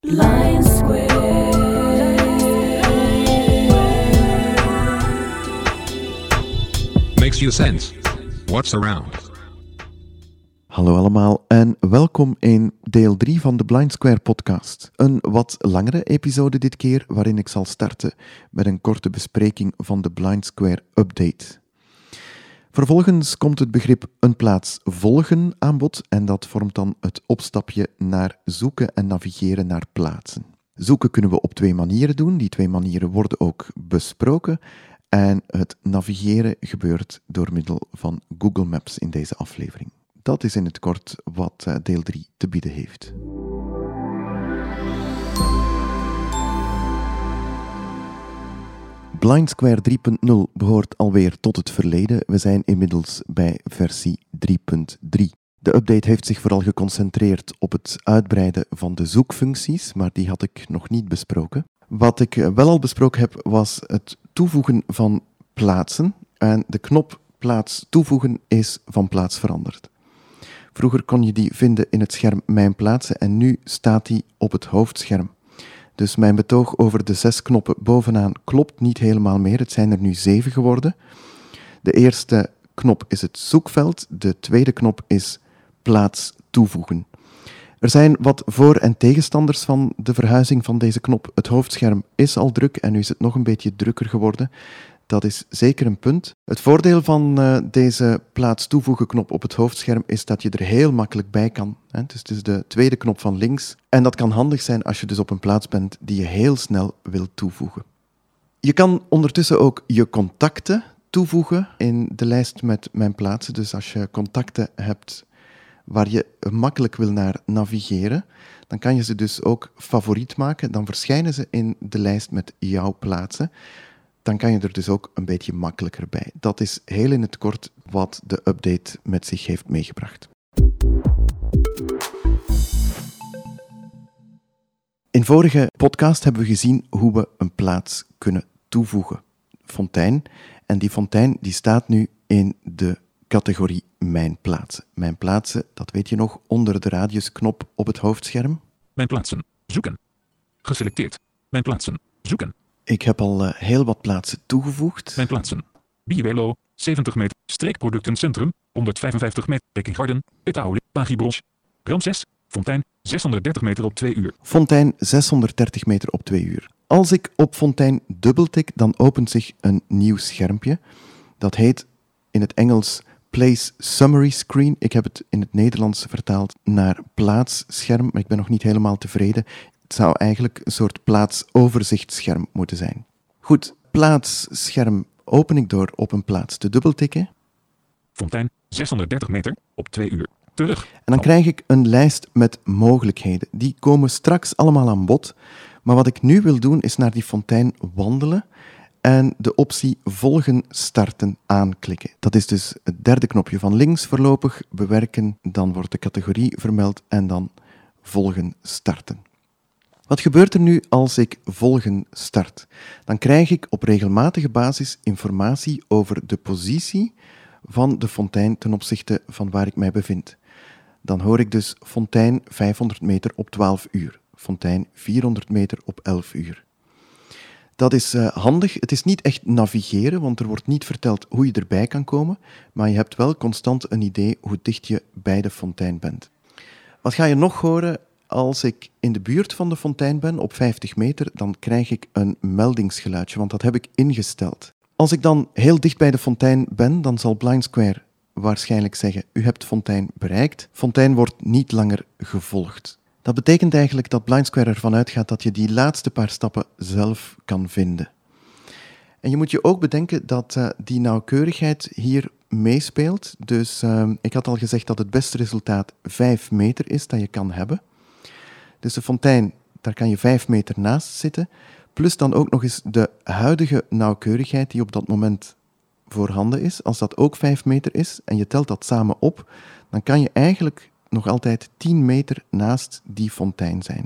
Blind Square. Makes you sense. What's around? Hallo allemaal en welkom in deel 3 van de Blind Square podcast. Een wat langere episode dit keer, waarin ik zal starten met een korte bespreking van de Blind Square update. Vervolgens komt het begrip een plaats volgen aan bod en dat vormt dan het opstapje naar zoeken en navigeren naar plaatsen. Zoeken kunnen we op 2 manieren doen, die 2 manieren worden ook besproken en het navigeren gebeurt door middel van Google Maps in deze aflevering. Dat is in het kort wat deel 3 te bieden heeft. Blind Square 3.0 behoort alweer tot het verleden. We zijn inmiddels bij versie 3.3. De update heeft zich vooral geconcentreerd op het uitbreiden van de zoekfuncties, maar die had ik nog niet besproken. Wat ik wel al besproken heb, was het toevoegen van plaatsen. En de knop plaats toevoegen is van plaats veranderd. Vroeger kon je die vinden in het scherm Mijn plaatsen en nu staat die op het hoofdscherm. Dus mijn betoog over de 6 knoppen bovenaan klopt niet helemaal meer. Het zijn er nu 7 geworden. De eerste knop is het zoekveld. De tweede knop is plaats toevoegen. Er zijn wat voor- en tegenstanders van de verhuizing van deze knop. Het hoofdscherm is al druk en nu is het nog een beetje drukker geworden. Dat is zeker een punt. Het voordeel van deze plaats toevoegen knop op het hoofdscherm is dat je er heel makkelijk bij kan. Dus het is de tweede knop van links. En dat kan handig zijn als je dus op een plaats bent die je heel snel wilt toevoegen. Je kan ondertussen ook je contacten toevoegen in de lijst met Mijn plaatsen. Dus als je contacten hebt waar je makkelijk wil naar navigeren, dan kan je ze dus ook favoriet maken. Dan verschijnen ze in de lijst met jouw plaatsen. Dan kan je er dus ook een beetje makkelijker bij. Dat is heel in het kort wat de update met zich heeft meegebracht. In vorige podcast hebben we gezien hoe we een plaats kunnen toevoegen. Fontein. En die fontein die staat nu in de categorie Mijn plaatsen. Mijn plaatsen, dat weet je nog, onder de radiusknop op het hoofdscherm. Mijn plaatsen. Zoeken. Geselecteerd. Mijn plaatsen. Zoeken. Ik heb al heel wat plaatsen toegevoegd. Mijn plaatsen. Biuelo, 70 meter. Streekproductencentrum, 155 meter. Peking Garden, Etaoli, Pagibros. Ramses, Fontein, 630 meter op 2 uur. Fontein, 630 meter op 2 uur. Als ik op Fontein dubbeltik, dan opent zich een nieuw schermpje. Dat heet in het Engels Place Summary Screen. Ik heb het in het Nederlands vertaald naar plaatsscherm, maar ik ben nog niet helemaal tevreden. Het zou eigenlijk een soort plaatsoverzichtscherm moeten zijn. Goed, plaatsscherm open ik door op een plaats te dubbeltikken. Fontein, 630 meter op 2 uur. Terug. En dan krijg ik een lijst met mogelijkheden. Die komen straks allemaal aan bod. Maar wat ik nu wil doen is naar die fontein wandelen en de optie volgen starten aanklikken. Dat is dus het derde knopje van links voorlopig. Bewerken, dan wordt de categorie vermeld en dan volgen starten. Wat gebeurt er nu als ik volgen start? Dan krijg ik op regelmatige basis informatie over de positie van de fontein ten opzichte van waar ik mij bevind. Dan hoor ik dus fontein 500 meter op 12 uur, fontein 400 meter op 11 uur. Dat is handig. Het is niet echt navigeren, want er wordt niet verteld hoe je erbij kan komen, maar je hebt wel constant een idee hoe dicht je bij de fontein bent. Wat ga je nog horen? Als ik in de buurt van de fontein ben, op 50 meter, dan krijg ik een meldingsgeluidje, want dat heb ik ingesteld. Als ik dan heel dicht bij de fontein ben, dan zal Blind Square waarschijnlijk zeggen, u hebt fontein bereikt. Fontein wordt niet langer gevolgd. Dat betekent eigenlijk dat Blind Square ervan uitgaat dat je die laatste paar stappen zelf kan vinden. En je moet je ook bedenken dat die nauwkeurigheid hier meespeelt. Dus ik had al gezegd dat het beste resultaat 5 meter is dat je kan hebben. Dus de fontein, daar kan je 5 meter naast zitten. Plus dan ook nog eens de huidige nauwkeurigheid die op dat moment voorhanden is. Als dat ook 5 meter is en je telt dat samen op, dan kan je eigenlijk nog altijd 10 meter naast die fontein zijn.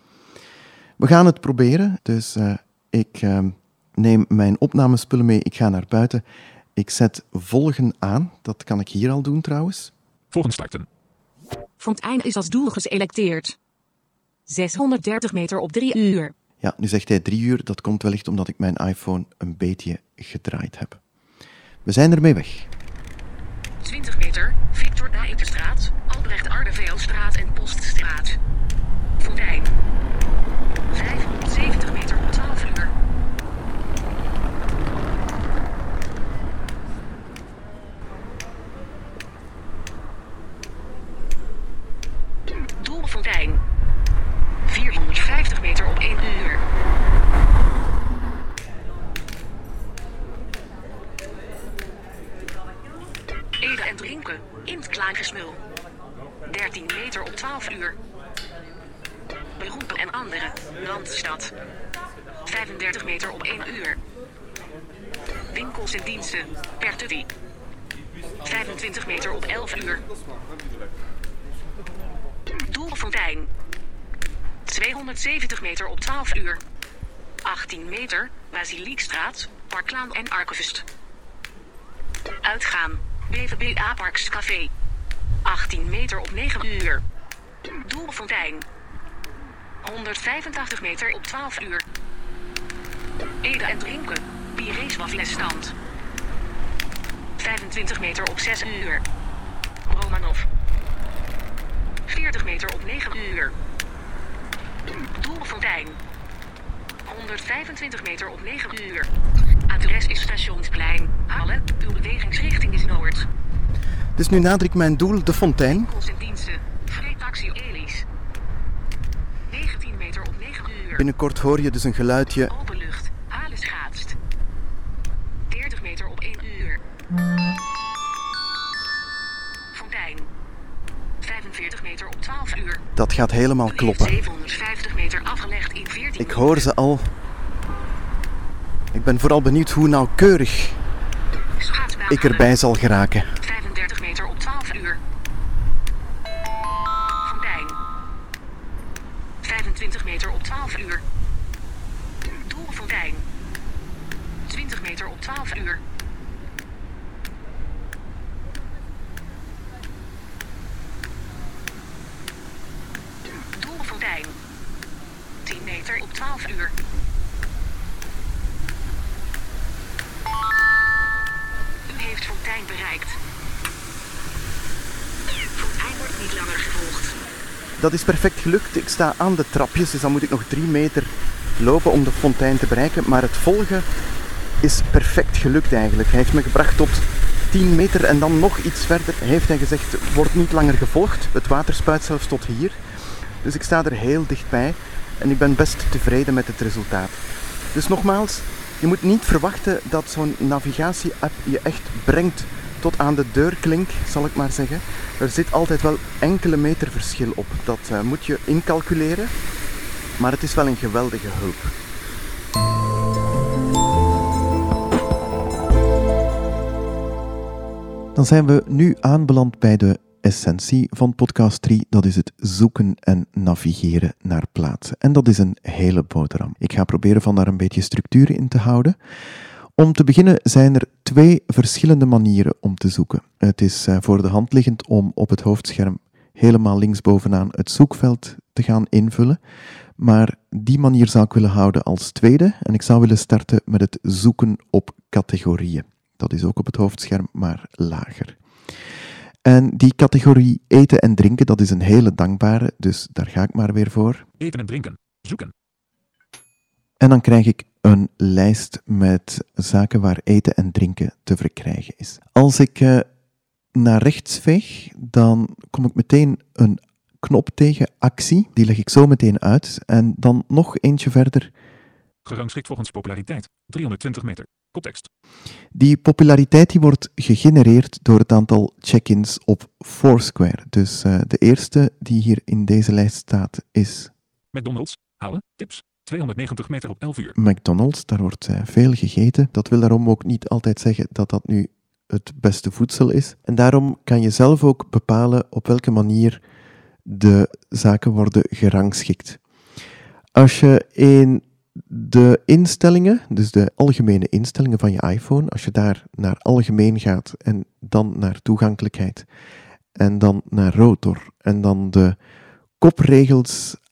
We gaan het proberen, dus ik neem mijn opnamespullen mee, ik ga naar buiten. Ik zet volgen aan, dat kan ik hier al doen trouwens. Volgen starten. Fontein is als doel geselecteerd. 630 meter op 3 uur. Ja, nu zegt hij 3 uur. Dat komt wellicht omdat ik mijn iPhone een beetje gedraaid heb. We zijn ermee weg. 20 meter, Victor Dijkstraat, Albrecht Ardeveelstraat en Poststraat. Fontein. 570 meter op 12 uur. Doelfontein. 450 meter op 1 uur. Eten en drinken, in het Klaangesmul. 13 meter op 12 uur. Beroepen en andere, Randstad. 35 meter op 1 uur. Winkels en diensten, Pertutti. 25 meter op 11 uur. Doelfontein. 270 meter op 12 uur. 18 meter, Basiliekstraat, Parklaan en Archivist. Uitgaan, BVBA Parks Café. 18 meter op 9 uur. Doelfontein. 185 meter op 12 uur. Eten en drinken, Pires Waflesstand. 25 meter op 6 uur. Romanov. 40 meter op 9 uur. Doelfontein. 125 meter op 9 uur. Adres is Stationsplein. Halle, uw bewegingsrichting is noord. Dus nu nader ik mijn doel, de fontein. Winkels en diensten. Freetaxi Elis. 19 meter op 9 uur. Binnenkort hoor je dus een geluidje. Open lucht. Halen schaatst. 40 meter op 1 uur. Fontein. 45 meter op 12 uur. Dat gaat helemaal U heeft kloppen. 750 meter afgelegd in 14 Ik hoor ze al. Ik ben vooral benieuwd hoe nauwkeurig schaatsbaan ik erbij zal geraken. 35 meter op 12 uur. Fontein. 25 meter op 12 uur. Doelfontein. 20 meter op 12 uur. Doelfontein. 10 meter op 12 uur. U heeft Fontein bereikt. Fontein wordt niet langer gevolgd. Dat is perfect gelukt. Ik sta aan de trapjes, dus dan moet ik nog 3 meter lopen om de fontein te bereiken. Maar het volgen is perfect gelukt eigenlijk. Hij heeft me gebracht tot 10 meter en dan nog iets verder heeft hij gezegd, wordt niet langer gevolgd. Het water spuit zelfs tot hier. Dus ik sta er heel dichtbij en ik ben best tevreden met het resultaat. Dus nogmaals, je moet niet verwachten dat zo'n navigatie-app je echt brengt tot aan de deurklink, zal ik maar zeggen. Er zit altijd wel enkele meter verschil op. Dat moet je incalculeren, maar het is wel een geweldige hulp. Dan zijn we nu aanbeland bij de essentie van podcast 3. Dat is het zoeken en navigeren naar plaatsen. En dat is een hele boterham. Ik ga proberen van daar een beetje structuur in te houden. Om te beginnen zijn er 2 verschillende manieren om te zoeken. Het is voor de hand liggend om op het hoofdscherm helemaal linksbovenaan het zoekveld te gaan invullen. Maar die manier zou ik willen houden als tweede. En ik zou willen starten met het zoeken op categorieën. Dat is ook op het hoofdscherm, maar lager. En die categorie eten en drinken, dat is een hele dankbare, dus daar ga ik maar weer voor. Eten en drinken. Zoeken. En dan krijg ik een lijst met zaken waar eten en drinken te verkrijgen is. Als ik naar rechts veeg, dan kom ik meteen een knop tegen, actie. Die leg ik zo meteen uit. En dan nog eentje verder. Gerangschikt volgens populariteit. 320 meter. Koptekst. Die populariteit die wordt gegenereerd door het aantal check-ins op Foursquare. Dus de eerste die hier in deze lijst staat is McDonald's. Halen. Tips. 290 meter op 11 uur. McDonald's. Daar wordt veel gegeten. Dat wil daarom ook niet altijd zeggen dat dat nu het beste voedsel is. En daarom kan je zelf ook bepalen op welke manier de zaken worden gerangschikt. Als je in de instellingen, dus de algemene instellingen van je iPhone, als je daar naar algemeen gaat en dan naar toegankelijkheid en dan naar rotor en dan de kopregels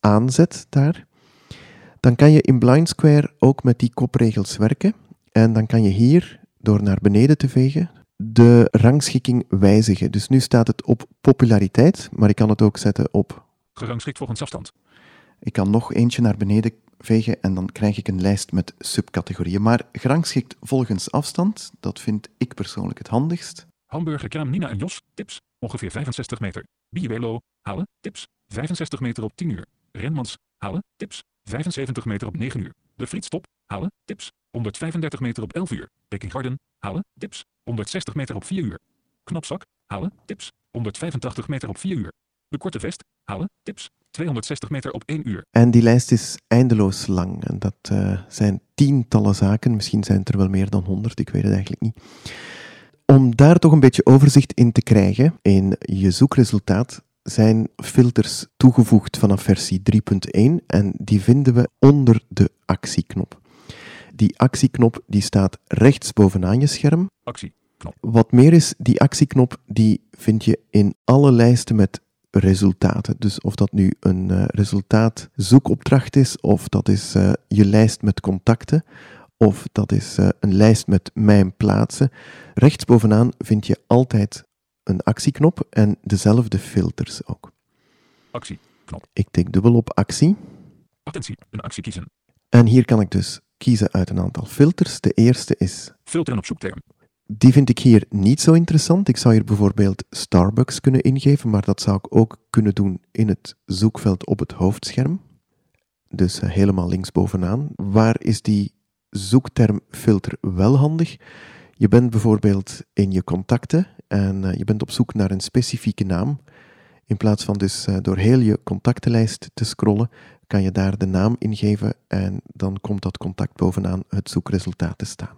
aanzet daar, dan kan je in Blind Square ook met die kopregels werken. En dan kan je hier, door naar beneden te vegen, de rangschikking wijzigen. Dus nu staat het op populariteit, maar ik kan het ook zetten op... Gerangschikt volgens afstand. Ik kan nog eentje naar beneden vegen en dan krijg ik een lijst met subcategorieën. Maar gerangschikt volgens afstand, dat vind ik persoonlijk het handigst. Hamburgerkraam Nina en Jos, tips, ongeveer 65 meter. Biewelo, halen, tips, 65 meter op 10 uur. Renmans, halen, tips, 75 meter op 9 uur. De Frietstop, halen, tips, 135 meter op 11 uur. Peking Garden, halen, tips, 160 meter op 4 uur. Knapzak, halen, tips, 185 meter op 4 uur. De Korte Vest, halen, tips, 260 meter op 1 uur. En die lijst is eindeloos lang. En dat zijn tientallen zaken. Misschien zijn het er wel meer dan 100, ik weet het eigenlijk niet. Om daar toch een beetje overzicht in te krijgen in je zoekresultaat zijn filters toegevoegd vanaf versie 3.1 en die vinden we onder de actieknop. Die actieknop die staat rechts bovenaan je scherm. Actieknop. Wat meer is, die actieknop die vind je in alle lijsten met resultaten. Dus of dat nu een resultaatzoekopdracht is, of dat is je lijst met contacten, of dat is een lijst met mijn plaatsen. Rechts bovenaan vind je altijd een actieknop en dezelfde filters ook. Actieknop. Ik tik dubbel op actie. Attentie, een actie kiezen. En hier kan ik dus kiezen uit een aantal filters. De eerste is... Filteren op zoekterm. Die vind ik hier niet zo interessant. Ik zou hier bijvoorbeeld Starbucks kunnen ingeven, maar dat zou ik ook kunnen doen in het zoekveld op het hoofdscherm. Dus helemaal linksbovenaan. Waar is die zoektermfilter wel handig? Je bent bijvoorbeeld in je contacten en je bent op zoek naar een specifieke naam. In plaats van dus door heel je contactenlijst te scrollen, kan je daar de naam ingeven en dan komt dat contact bovenaan het zoekresultaat te staan.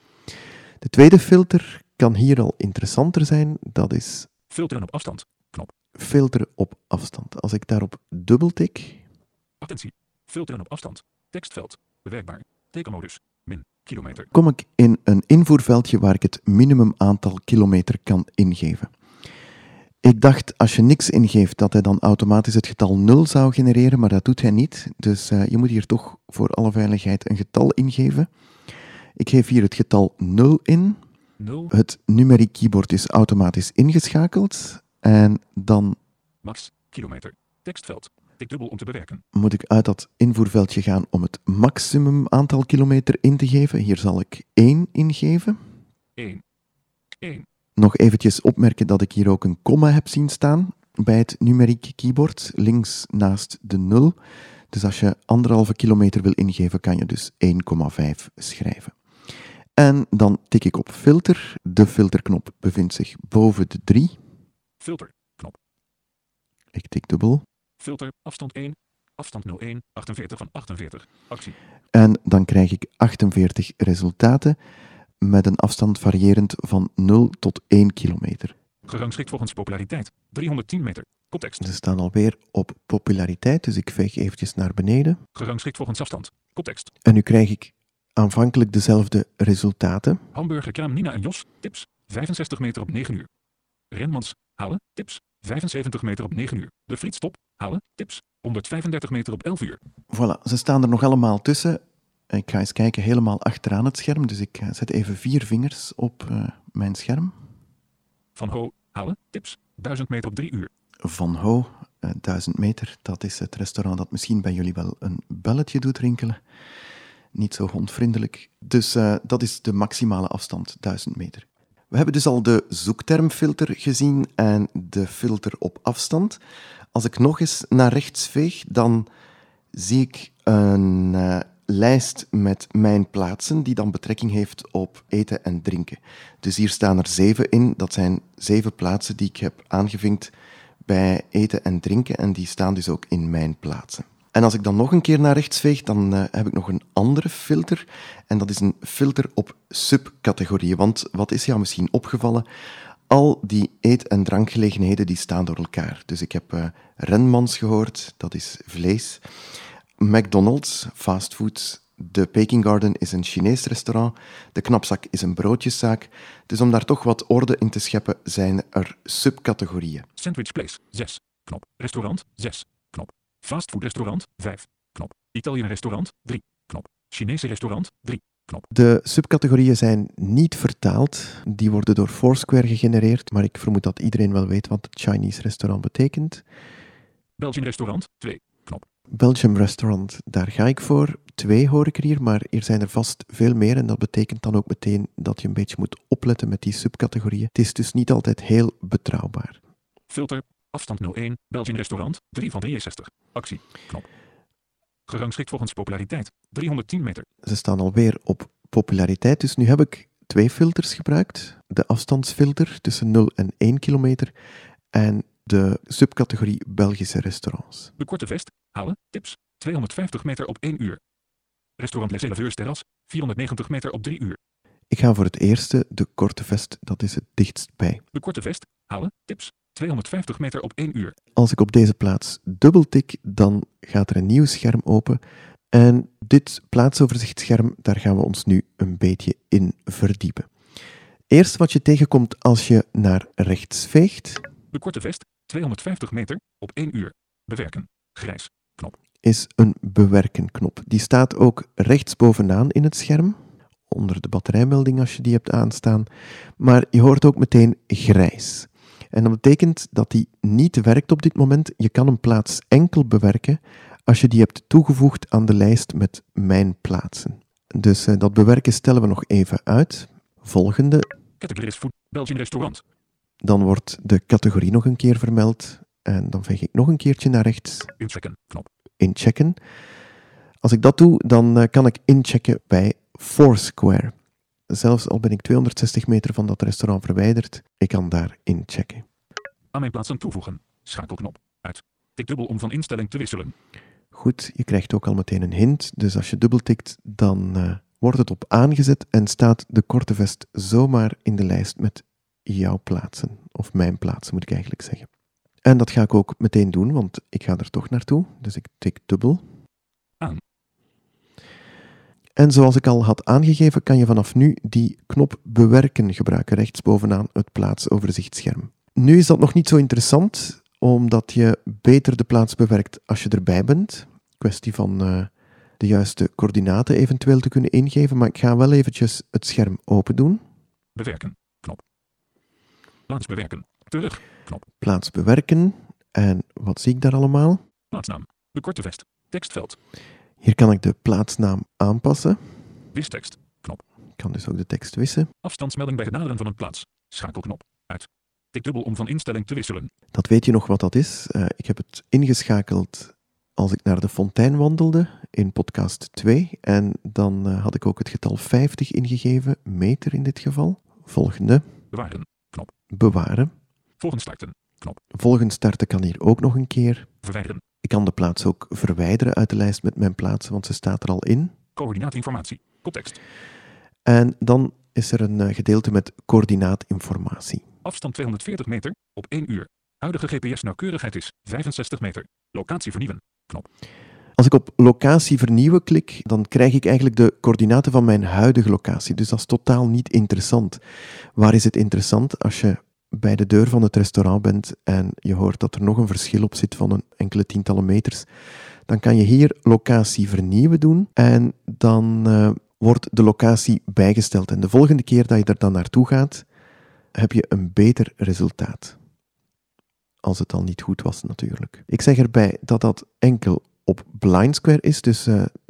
De tweede filter kan hier al interessanter zijn, dat is... Filteren op afstand. Knop. Filteren op afstand. Als ik daarop dubbeltik... Attentie. Filteren op afstand. Tekstveld. Bewerkbaar. Tekenmodus. Min. Kilometer. Kom ik in een invoerveldje waar ik het minimum aantal kilometer kan ingeven. Ik dacht, als je niks ingeeft, dat hij dan automatisch het getal 0 zou genereren, maar dat doet hij niet. Dus je moet hier toch voor alle veiligheid een getal ingeven. Ik geef hier het getal 0 in. 0. Het numeriek keyboard is automatisch ingeschakeld. En dan... Max. Kilometer. Tekstveld. Tik dubbel om te bewerken. Moet ik uit dat invoerveldje gaan om het maximum aantal kilometer in te geven. Hier zal ik 1 ingeven. 1. Nog eventjes opmerken dat ik hier ook een komma heb zien staan bij het numeriek keyboard, links naast de 0. Dus als je 1,5 kilometer wil ingeven, kan je dus 1,5 schrijven. En dan tik ik op filter. De filterknop bevindt zich boven de 3. Filterknop. Ik tik dubbel. Filter, afstand 1, afstand 01, 48 van 48. Actie. En dan krijg ik 48 resultaten met een afstand variërend van 0 tot 1 kilometer. Gerangschikt volgens populariteit. 310 meter. Koptekst. Ze staan alweer op populariteit, dus ik veeg eventjes naar beneden. Gerangschikt volgens afstand. Koptekst. En nu krijg ik aanvankelijk dezelfde resultaten. Hamburgerkraam Nina en Jos, tips, 65 meter op 9 uur. Renmans, halen, tips, 75 meter op 9 uur. De Frietstop, halen, tips, 135 meter op 11 uur. Voilà, ze staan er nog allemaal tussen. Ik ga eens kijken helemaal achteraan het scherm, dus ik zet even 4 vingers op mijn scherm. Van Ho, halen, tips, 1000 meter op 3 uur. Van Ho, 1000 meter, dat is het restaurant dat misschien bij jullie wel een belletje doet rinkelen. Niet zo hondvriendelijk. Dus dat is de maximale afstand, 1000 meter. We hebben dus al de zoektermfilter gezien en de filter op afstand. Als ik nog eens naar rechts veeg, dan zie ik een lijst met mijn plaatsen die dan betrekking heeft op eten en drinken. Dus hier staan er 7 in. Dat zijn 7 plaatsen die ik heb aangevinkt bij eten en drinken en die staan dus ook in mijn plaatsen. En als ik dan nog een keer naar rechts veeg, dan heb ik nog een andere filter. En dat is een filter op subcategorieën. Want wat is jou misschien opgevallen? Al die eet- en drankgelegenheden die staan door elkaar. Dus ik heb Renmans gehoord, dat is vlees. McDonald's, fastfood. De Peking Garden is een Chinees restaurant. De Knapzak is een broodjeszaak. Dus om daar toch wat orde in te scheppen, zijn er subcategorieën. Sandwich Place, 6. Knop. Restaurant, 6. Knop. Fastfoodrestaurant 5. Knop. Italian restaurant 3. Knop. Chinese restaurant 3. Knop. De subcategorieën zijn niet vertaald. Die worden door Foursquare gegenereerd, maar ik vermoed dat iedereen wel weet wat Chinese restaurant betekent. Belgian restaurant 2. Knop. Belgium restaurant, daar ga ik voor. 2 hoor ik er hier, maar er zijn er vast veel meer en dat betekent dan ook meteen dat je een beetje moet opletten met die subcategorieën. Het is dus niet altijd heel betrouwbaar. Filter. Afstand 01. Belgian restaurant 3 van 63. Actie. Knop. Gerangschikt volgens populariteit. 310 meter. Ze staan alweer op populariteit, dus nu heb ik 2 filters gebruikt. De afstandsfilter tussen 0 en 1 kilometer en de subcategorie Belgische restaurants. De korte vest. Halen. Tips. 250 meter op 1 uur. Restaurant Les Éleveurs Terras. 490 meter op 3 uur. Ik ga voor het eerste, de korte vest, dat is het dichtst bij. De korte vest. Halen. Tips. 250 meter op 1 uur. Als ik op deze plaats dubbeltik, dan gaat er een nieuw scherm open. En dit plaatsoverzichtscherm, daar gaan we ons nu een beetje in verdiepen. Eerst wat je tegenkomt als je naar rechts veegt, De korte vest. 250 meter op 1 uur. Bewerken. Grijs. Knop. is een bewerken-knop. Die staat ook rechtsbovenaan in het scherm, onder de batterijmelding als je die hebt aanstaan. Maar je hoort ook meteen grijs. En dat betekent dat die niet werkt op dit moment. Je kan een plaats enkel bewerken als je die hebt toegevoegd aan de lijst met mijn plaatsen. Dus dat bewerken stellen we nog even uit. Volgende. Category is food. Belgian restaurant. Dan wordt de categorie nog een keer vermeld. En dan veeg ik nog een keertje naar rechts. Inchecken. Knop. Inchecken. Als ik dat doe, dan kan ik inchecken bij Foursquare. Zelfs al ben ik 260 meter van dat restaurant verwijderd, ik kan daar inchecken. Aan mijn plaatsen toevoegen. Schakelknop. Uit. Tik dubbel om van instelling te wisselen. Goed, je krijgt ook al meteen een hint. Dus als je dubbeltikt, dan wordt het op aangezet en staat de korte vest zomaar in de lijst met jouw plaatsen. Of mijn plaatsen, moet ik eigenlijk zeggen. En dat ga ik ook meteen doen, want ik ga er toch naartoe. Dus ik tik dubbel. Aan. En zoals ik al had aangegeven, kan je vanaf nu die knop bewerken gebruiken, rechtsbovenaan het plaatsoverzichtscherm. Nu is dat nog niet zo interessant, omdat je beter de plaats bewerkt als je erbij bent. Kwestie van de juiste coördinaten eventueel te kunnen ingeven, maar ik ga wel eventjes het scherm open doen. Bewerken. Knop. Plaats bewerken. Terug. Knop. Plaats bewerken. En wat zie ik daar allemaal? Plaatsnaam. De korte vest. Tekstveld. Hier kan ik de plaatsnaam aanpassen. Wistekst. Knop. Ik kan dus ook de tekst wissen. Afstandsmelding bij het naderen van een plaats. Schakelknop. Uit. Tik dubbel om van instelling te wisselen. Dat weet je nog wat dat is. Ik heb het ingeschakeld als ik naar de fontein wandelde in podcast 2. En dan had ik ook het getal 50 ingegeven, meter in dit geval. Volgende. Bewaren. Knop. Bewaren. Volgende starten. Knop. Volgend starten kan hier ook nog een keer. Verwijderen. Ik kan de plaats ook verwijderen uit de lijst met mijn plaatsen, want ze staat er al in. Coördinaatinformatie. Koptekst. En dan is er een gedeelte met coördinaatinformatie. Afstand 240 meter op 1 uur. Huidige GPS-nauwkeurigheid is 65 meter. Locatie vernieuwen. Knop. Als ik op locatie vernieuwen klik, dan krijg ik eigenlijk de coördinaten van mijn huidige locatie. Dus dat is totaal niet interessant. Waar is het interessant? Als je bij de deur van het restaurant bent en je hoort dat er nog een verschil op zit van een enkele tientallen meters, dan kan je hier locatie vernieuwen doen en dan wordt de locatie bijgesteld. En de volgende keer dat je er dan naartoe gaat, heb je een beter resultaat. Als het al niet goed was natuurlijk. Ik zeg erbij dat dat enkel op Blind Square is, dus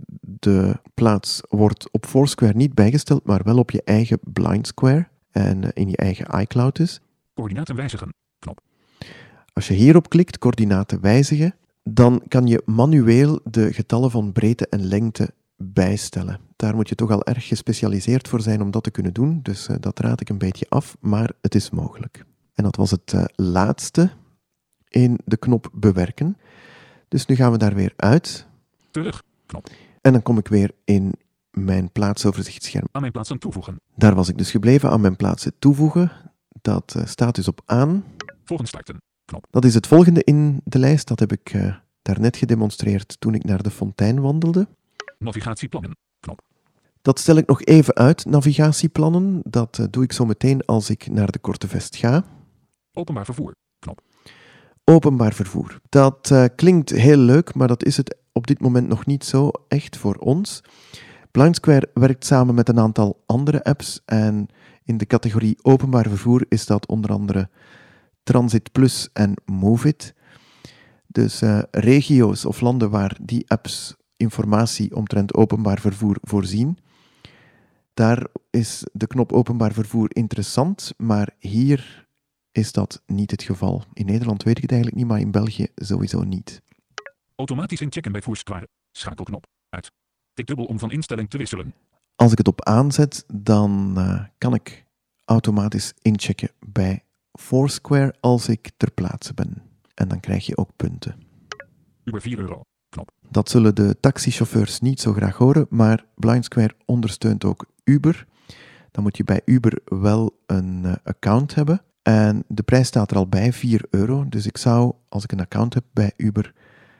de plaats wordt op Foursquare niet bijgesteld, maar wel op je eigen Blind Square en in je eigen iCloud dus. Coördinaten wijzigen. Knop. Als je hierop klikt, coördinaten wijzigen, dan kan je manueel de getallen van breedte en lengte bijstellen. Daar moet je toch al erg gespecialiseerd voor zijn om dat te kunnen doen, dus dat raad ik een beetje af, maar het is mogelijk. En dat was het laatste in de knop bewerken. Dus nu gaan we daar weer uit. Terug. Knop. En dan kom ik weer in mijn plaatsoverzichtscherm. Aan mijn plaatsen toevoegen. Daar was ik dus gebleven, aan mijn plaatsen toevoegen. Dat staat dus op aan. Volgende starten. Knop. Dat is het volgende in de lijst. Dat heb ik daarnet gedemonstreerd toen ik naar de fontein wandelde. Navigatieplannen. Knop. Dat stel ik nog even uit, navigatieplannen. Dat doe ik zo meteen als ik naar de korte vest ga. Openbaar vervoer. Knop. Openbaar vervoer. Dat klinkt heel leuk, maar dat is het op dit moment nog niet zo echt voor ons. Blind Square werkt samen met een aantal andere apps en in de categorie openbaar vervoer is dat onder andere Transit Plus en Moveit. Dus regio's of landen waar die apps informatie omtrent openbaar vervoer voorzien, daar is de knop openbaar vervoer interessant, maar hier is dat niet het geval. In Nederland weet ik het eigenlijk niet, maar in België sowieso niet. Automatisch inchecken bij Foursquare. Schakelknop. Uit. Tik dubbel om van instelling te wisselen. Als ik het op aanzet, dan kan ik automatisch inchecken bij Foursquare als ik ter plaatse ben. En dan krijg je ook punten. Uber €4. Knop. Dat zullen de taxichauffeurs niet zo graag horen, maar Blind Square ondersteunt ook Uber. Dan moet je bij Uber wel een account hebben. En de prijs staat er al bij, €4. Dus ik zou, als ik een account heb bij Uber,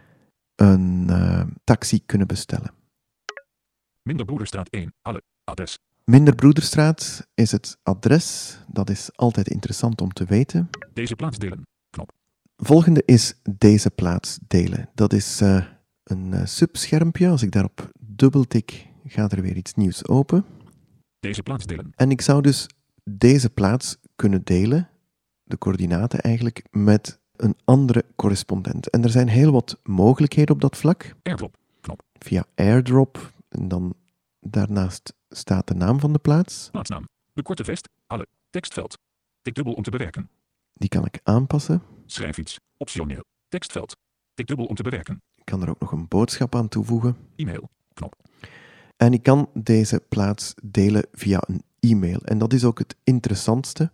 een taxi kunnen bestellen. Minderbroederstraat 1. Halle. Adres. Minderbroederstraat is het adres. Dat is altijd interessant om te weten. Deze plaats delen. Knop. Volgende is deze plaats delen. Dat is een subschermpje. Als ik daarop dubbeltik, gaat er weer iets nieuws open. Deze plaats delen. En ik zou dus deze plaats kunnen delen, de coördinaten eigenlijk, met een andere correspondent. En er zijn heel wat mogelijkheden op dat vlak. AirDrop. Knop. Via AirDrop. En dan daarnaast staat de naam van de plaats. Plaatsnaam. De korte vest. Halle. Tekstveld. Tik dubbel om te bewerken. Die kan ik aanpassen. Schrijf iets. Optioneel. Tekstveld. Tik dubbel om te bewerken. Ik kan er ook nog een boodschap aan toevoegen. E-mail. Knop. En ik kan deze plaats delen via een e-mail. En dat is ook het interessantste.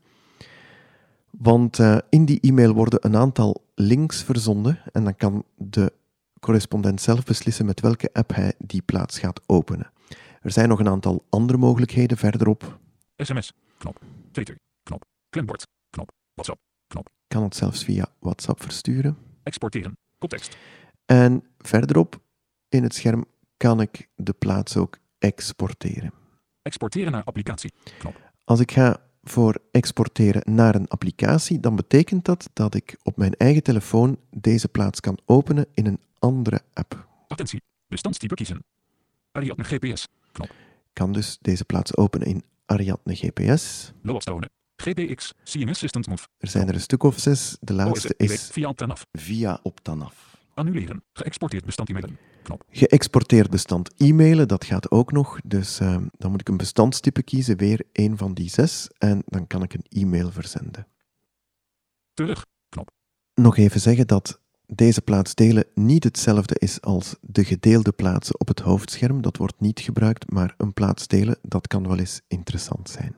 Want in die e-mail worden een aantal links verzonden. En dan kan de correspondent zelf beslissen met welke app hij die plaats gaat openen. Er zijn nog een aantal andere mogelijkheden verderop. SMS. Knop. Twitter. Knop. Klembord. Knop. WhatsApp. Knop. Ik kan het zelfs via WhatsApp versturen. Exporteren. Koptekst. En verderop in het scherm kan ik de plaats ook exporteren. Exporteren naar applicatie. Knop. Als ik ga voor exporteren naar een applicatie, dan betekent dat dat ik op mijn eigen telefoon deze plaats kan openen in een andere app. Attentie. Bestandstype kiezen. Ariadne GPS. Knop. Ik kan dus deze plaats openen in Ariadne GPS. Load tonen. GPX. CMS Systems Move. Er zijn er een stuk of 6. De laatste is Via Optanaf. via Optanaf. Annuleren. Geëxporteerd bestand e-mailen. Knop. Geëxporteerd bestand e-mailen, dat gaat ook nog. Dus dan moet ik een bestandstype kiezen, weer een van die 6. En dan kan ik een e-mail verzenden. Terug. Knop. Nog even zeggen dat deze plaats delen niet hetzelfde is als de gedeelde plaatsen op het hoofdscherm. Dat wordt niet gebruikt, maar een plaats delen, dat kan wel eens interessant zijn.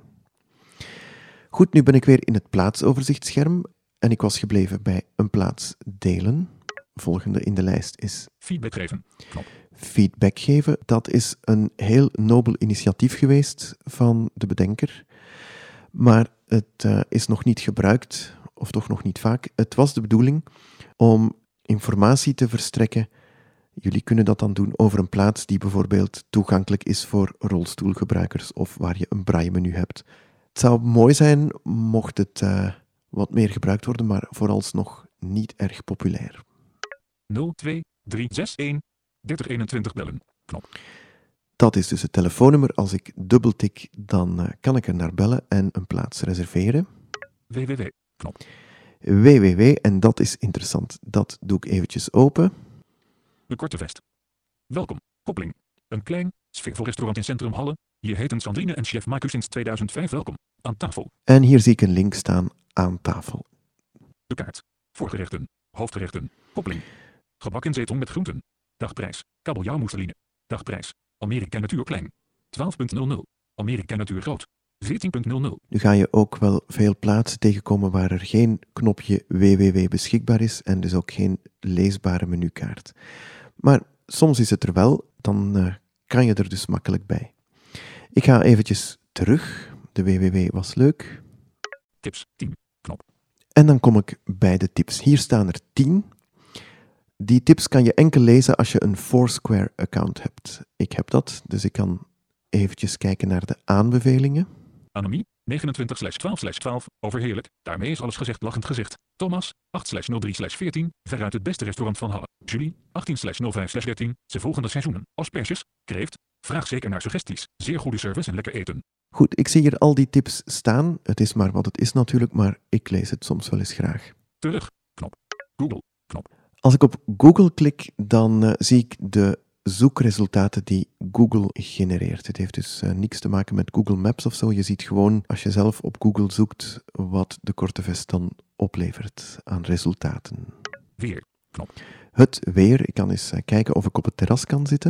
Goed, nu ben ik weer in het plaatsoverzichtscherm en ik was gebleven bij een plaats delen. Volgende in de lijst is Feedback geven. Knop. feedback geven. Dat is een heel nobel initiatief geweest van de bedenker, maar het is nog niet gebruikt, of toch nog niet vaak. Het was de bedoeling om informatie te verstrekken. Jullie kunnen dat dan doen over een plaats die bijvoorbeeld toegankelijk is voor rolstoelgebruikers of waar je een braille-menu hebt. Het zou mooi zijn mocht het wat meer gebruikt worden, maar vooralsnog niet erg populair. 02361 3021 bellen. Knop. Dat is dus het telefoonnummer. Als ik dubbeltik, dan kan ik er naar bellen en een plaats reserveren. www. Knop. www, en dat is interessant. Dat doe ik eventjes open. De korte vest. Welkom. Koppeling. Een klein, sfeervol restaurant in Centrum Halle. Hier heten Sandrine en chef Marcus sinds 2005 welkom. Aan tafel. En hier zie ik een link staan aan tafel. De kaart. Voorgerechten. Hoofdgerechten. Koppeling. Gebak in zetel met groenten. Dagprijs. Kabeljauwmousseline. Dagprijs. Amerika Natuur klein. 12,00. Amerika Natuur groot. 14,00. Nu ga je ook wel veel plaatsen tegenkomen waar er geen knopje www beschikbaar is en dus ook geen leesbare menukaart. Maar soms is het er wel, dan kan je er dus makkelijk bij. Ik ga eventjes terug. De www was leuk. Tips 10. Knop. En dan kom ik bij de tips. Hier staan er 10. Die tips kan je enkel lezen als je een Foursquare-account hebt. Ik heb dat, dus ik kan eventjes kijken naar de aanbevelingen. Anomie 29/12/12. Overheerlijk. Daarmee is alles gezegd, lachend gezicht. Thomas, 8/03/14, veruit het beste restaurant van Halle. Julie, 18/05/13, ze volgende seizoenen. Asperges, kreeft, vraag zeker naar suggesties. Zeer goede service en lekker eten. Goed, ik zie hier al die tips staan. Het is maar wat het is natuurlijk, maar ik lees het soms wel eens graag. Terug, knop. Google, knop. Als ik op Google klik, dan zie ik de zoekresultaten die Google genereert. Het heeft dus niks te maken met Google Maps of zo. Je ziet gewoon, als je zelf op Google zoekt, wat de korte vest dan oplevert aan resultaten. Weer, knop. Het weer. Ik kan eens kijken of ik op het terras kan zitten.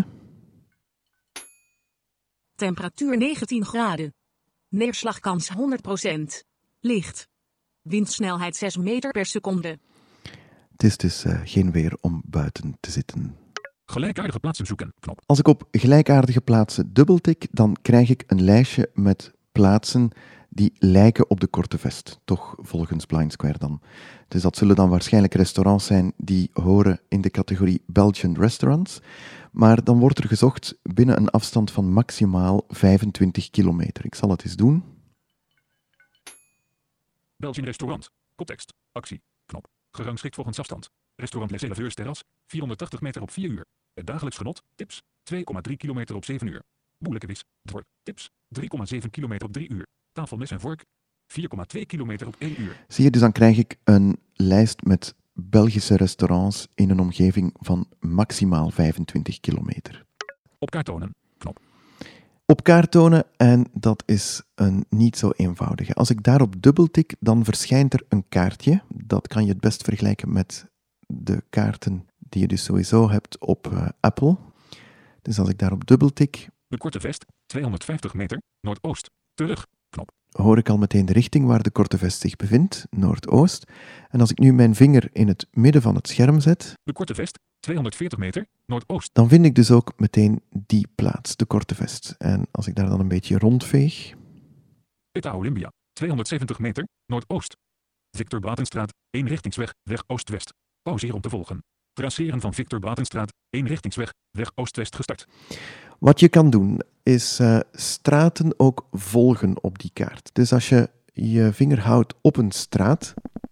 Temperatuur 19 graden. Neerslagkans 100%. Licht. Windsnelheid 6 meter per seconde. Het is dus geen weer om buiten te zitten. Gelijkaardige plaatsen zoeken, knop. Als ik op gelijkaardige plaatsen dubbeltik, dan krijg ik een lijstje met plaatsen die lijken op de korte vest. Toch volgens Blind Square dan. Dus dat zullen dan waarschijnlijk restaurants zijn die horen in de categorie Belgian Restaurants. Maar dan wordt er gezocht binnen een afstand van maximaal 25 kilometer. Ik zal het eens doen. Belgian restaurant. Koptekst. Actie. Knop. Gerangschikt volgens afstand. Restaurant Les Éleveurs Terras. 480 meter op 4 uur. Het dagelijks genot. Tips. 2,3 kilometer op 7 uur. Moeilijke wis. Dworp. Tips. 3,7 kilometer op 3 uur. Tafel, mes en vork. 4,2 kilometer op 1 uur. Zie je, dus dan krijg ik een lijst met Belgische restaurants in een omgeving van maximaal 25 kilometer. Op kaart tonen. Knop. Op kaart tonen, en dat is een niet zo eenvoudige. Als ik daarop dubbeltik, dan verschijnt er een kaartje. Dat kan je het best vergelijken met de kaarten die je dus sowieso hebt op Apple. Dus als ik daarop dubbeltik, De korte vest. 250 meter. Noordoost. Terug. Knop. hoor ik al meteen de richting waar de korte vest zich bevindt, noordoost. En als ik nu mijn vinger in het midden van het scherm zet, De korte vest. 240 meter. Noordoost. dan vind ik dus ook meteen die plaats, de korte vest. En als ik daar dan een beetje rondveeg, Pita Olympia. 270 meter. Noordoost. Victor Batenstraat. Eenrichtingsweg. Weg Oost-West. Pauzeer om te volgen. Traceren van Victor Batenstraat. Eenrichtingsweg. Weg Oost-West gestart. wat je kan doen, is straten ook volgen op die kaart. Dus als je je vinger houdt op een straat,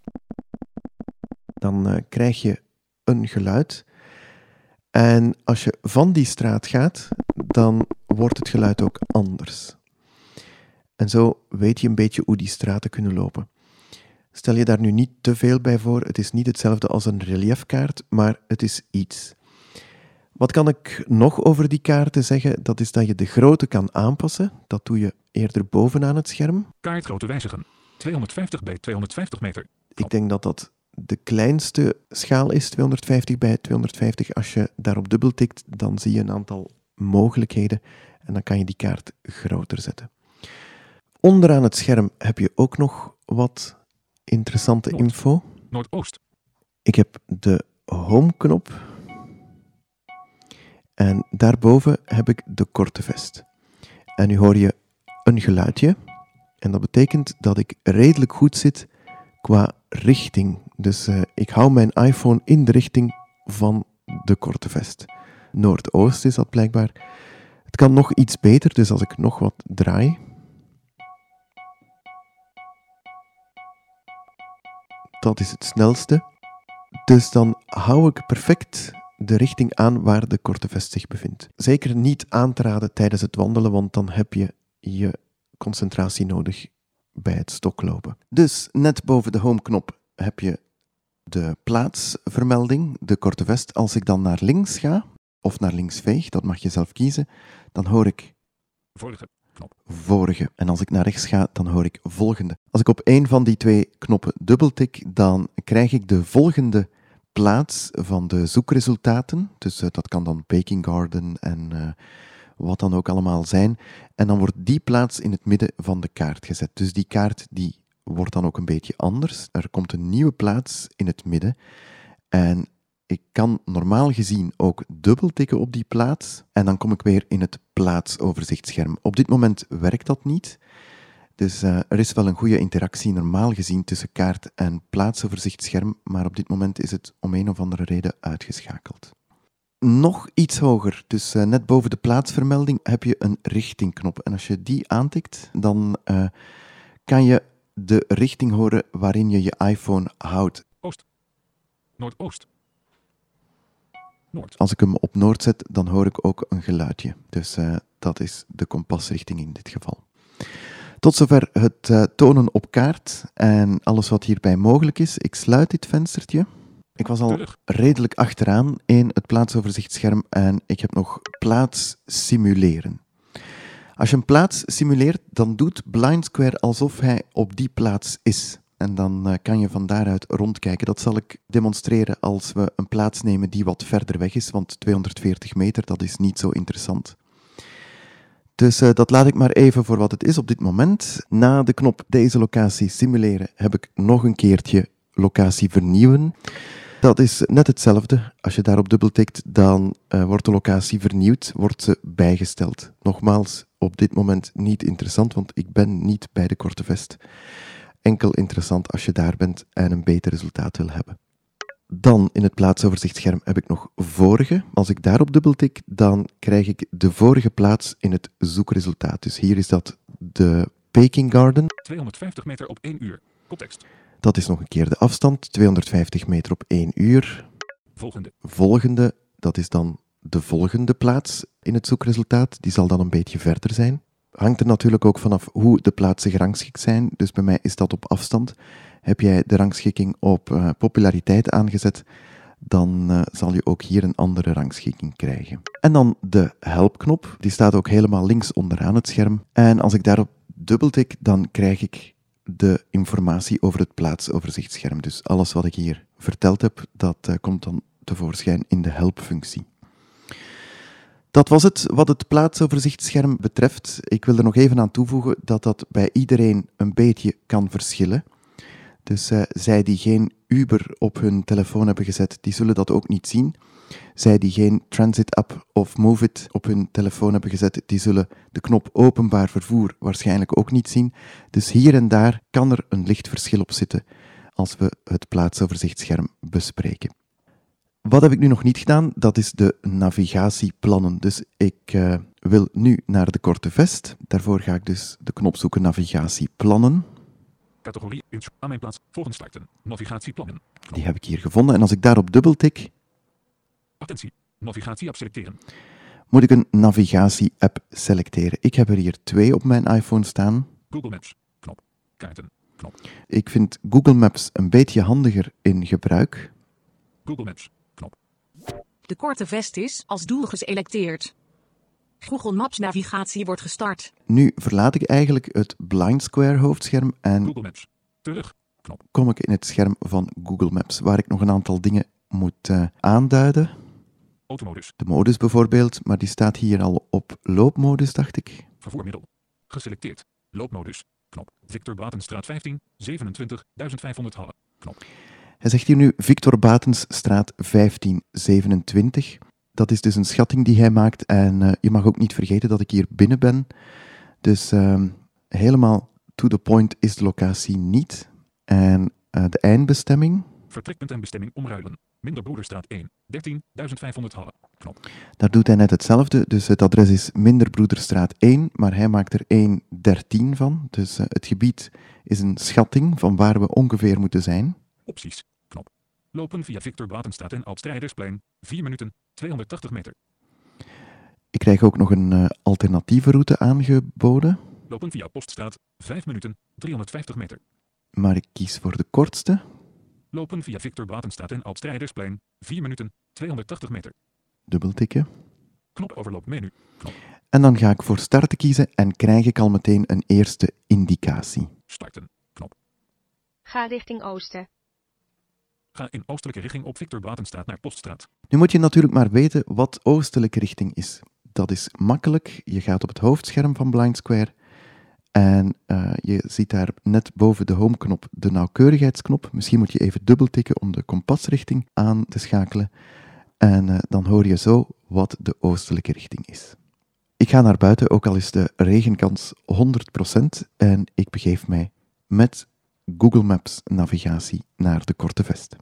dan krijg je een geluid. En als je van die straat gaat, dan wordt het geluid ook anders. En zo weet je een beetje hoe die straten kunnen lopen. Stel je daar nu niet te veel bij voor. Het is niet hetzelfde als een reliefkaart, maar het is iets. Wat kan ik nog over die kaarten zeggen? Dat is dat je de grootte kan aanpassen. Dat doe je eerder bovenaan het scherm. Kaartgrootte wijzigen. 250 bij 250 meter. Ik denk dat dat de kleinste schaal is, 250 bij 250. Als je daarop dubbeltikt, dan zie je een aantal mogelijkheden en dan kan je die kaart groter zetten. Onderaan het scherm heb je ook nog wat interessante Noord. info. Noordoost. Ik heb de home-knop en daarboven heb ik de korte vest. En nu hoor je een geluidje en dat betekent dat ik redelijk goed zit qua richting. Dus ik hou mijn iPhone in de richting van de korte vest. Noordoost is dat blijkbaar. Het kan nog iets beter, dus als ik nog wat draai. Dat is het snelste. Dus dan hou ik perfect de richting aan waar de korte vest zich bevindt. Zeker niet aan te raden tijdens het wandelen, want dan heb je je concentratie nodig bij het stoklopen. Dus net boven de home-knop heb je de plaatsvermelding, de korte vest. Als ik dan naar links ga, of naar links veeg, dat mag je zelf kiezen, dan hoor ik Vorige. Knop. vorige. En als ik naar rechts ga, dan hoor ik volgende. Als ik op één van die twee knoppen dubbeltik, dan krijg ik de volgende plaats van de zoekresultaten. Dus dat kan dan Peking Garden en wat dan ook allemaal zijn. En dan wordt die plaats in het midden van de kaart gezet. Dus die kaart die wordt dan ook een beetje anders. Er komt een nieuwe plaats in het midden. En ik kan normaal gezien ook dubbeltikken op die plaats. En dan kom ik weer in het plaatsoverzichtscherm. Op dit moment werkt dat niet. Dus er is wel een goede interactie normaal gezien tussen kaart en plaatsoverzichtscherm. Maar op dit moment is het om een of andere reden uitgeschakeld. Nog iets hoger, dus net boven de plaatsvermelding heb je een richtingknop. En als je die aantikt, dan kan je de richting horen waarin je je iPhone houdt. Oost. Noordoost. Noord. Als ik hem op noord zet, dan hoor ik ook een geluidje. Dus dat is de kompasrichting in dit geval. Tot zover het tonen op kaart en alles wat hierbij mogelijk is. Ik sluit dit venstertje. Ik was al redelijk achteraan in het plaatsoverzichtscherm en ik heb nog plaats simuleren. Als je een plaats simuleert, dan doet Blind Square alsof hij op die plaats is. En dan kan je van daaruit rondkijken. Dat zal ik demonstreren als we een plaats nemen die wat verder weg is, want 240 meter, dat is niet zo interessant. Dus dat laat ik maar even voor wat het is op dit moment. Na de knop deze locatie simuleren heb ik nog een keertje locatie vernieuwen. Dat is net hetzelfde. Als je daarop dubbeltikt, dan wordt de locatie vernieuwd, wordt ze bijgesteld. Nogmaals, op dit moment niet interessant, want ik ben niet bij de Korte Vest. Enkel interessant als je daar bent en een beter resultaat wil hebben. Dan in het plaatsoverzichtscherm heb ik nog vorige. Als ik daarop dubbeltik, dan krijg ik de vorige plaats in het zoekresultaat. Dus hier is dat de Peking Garden. 250 meter op 1 uur. Context. Dat is nog een keer de afstand, 250 meter op 1 uur. Volgende, dat is dan de volgende plaats in het zoekresultaat. Die zal dan een beetje verder zijn. Hangt er natuurlijk ook vanaf hoe de plaatsen gerangschikt zijn. Dus bij mij is dat op afstand. Heb jij de rangschikking op populariteit aangezet, dan zal je ook hier een andere rangschikking krijgen. En dan de helpknop. Die staat ook helemaal links onderaan het scherm. En als ik daarop dubbeltik, dan krijg ik de informatie over het plaatsoverzichtscherm. Dus alles wat ik hier verteld heb, dat komt dan tevoorschijn in de helpfunctie. Dat was het wat het plaatsoverzichtscherm betreft. Ik wil er nog even aan toevoegen dat dat bij iedereen een beetje kan verschillen. Dus zij die geen Uber op hun telefoon hebben gezet, die zullen dat ook niet zien. Zij die geen Transit-app of Move-it op hun telefoon hebben gezet, die zullen de knop openbaar vervoer waarschijnlijk ook niet zien. Dus hier en daar kan er een licht verschil op zitten als we het plaatsoverzichtscherm bespreken. Wat heb ik nu nog niet gedaan? Dat is de navigatieplannen. Dus ik wil nu naar de Korte Vest. Daarvoor ga ik dus de knop zoeken navigatieplannen. Categorie aan mijn plaats. Volgende starten. Navigatieplannen. Die heb ik hier gevonden. En als ik daarop dubbeltik, attentie. Navigatie-app selecteren. Moet ik een navigatie-app selecteren. Ik heb er hier 2 op mijn iPhone staan. Google Maps. Knop. Kaarten. Knop. Ik vind Google Maps een beetje handiger in gebruik. Google Maps. Knop. De Korte Vest is als doel geselecteerd. Google Maps navigatie wordt gestart. Nu verlaat ik eigenlijk het Blind Square hoofdscherm en Google Maps. Terug. Knop. Kom ik in het scherm van Google Maps, waar ik nog een aantal dingen moet aanduiden. Automodus. De modus bijvoorbeeld, maar die staat hier al op loopmodus, dacht ik. Vervoermiddel. Geselecteerd. Loopmodus. Knop. Victor Batenstraat 15, 27.500 Halle. Knop. Hij zegt hier nu Victor Batensstraat 1527. Dat is dus een schatting die hij maakt en je mag ook niet vergeten dat ik hier binnen ben. Dus helemaal to the point is de locatie niet. En de eindbestemming. Vertrekpunt en bestemming omruilen. Minderbroederstraat 1, 13.500 Halle. Knop. Daar doet hij net hetzelfde. Dus het adres is Minderbroederstraat 1, maar hij maakt er 1.13 van. Dus het gebied is een schatting van waar we ongeveer moeten zijn. Opties. Knop. Lopen via Victor Batenstraat en Oudstrijdersplein. 4 minuten, 280 meter. Ik krijg ook nog een alternatieve route aangeboden. Lopen via Poststraat. 5 minuten, 350 meter. Maar ik kies voor de kortste. Lopen via Victor Batenstraat en Oudstrijdersplein. 4 minuten, 280 meter. Dubbeltikken. Knop overloop menu. Knop. En dan ga ik voor starten kiezen en krijg ik al meteen een eerste indicatie. Starten. Knop. Ga richting oosten. Ga in oostelijke richting op Victor Batenstraat naar Poststraat. Nu moet je natuurlijk maar weten wat oostelijke richting is. Dat is makkelijk. Je gaat op het hoofdscherm van Blind Square en je ziet daar net boven de homeknop de nauwkeurigheidsknop. Misschien moet je even dubbeltikken om de kompasrichting aan te schakelen. En dan hoor je zo wat de oostelijke richting is. Ik ga naar buiten, ook al is de regenkans 100%. En ik begeef mij met Google Maps navigatie naar de Korte Vest.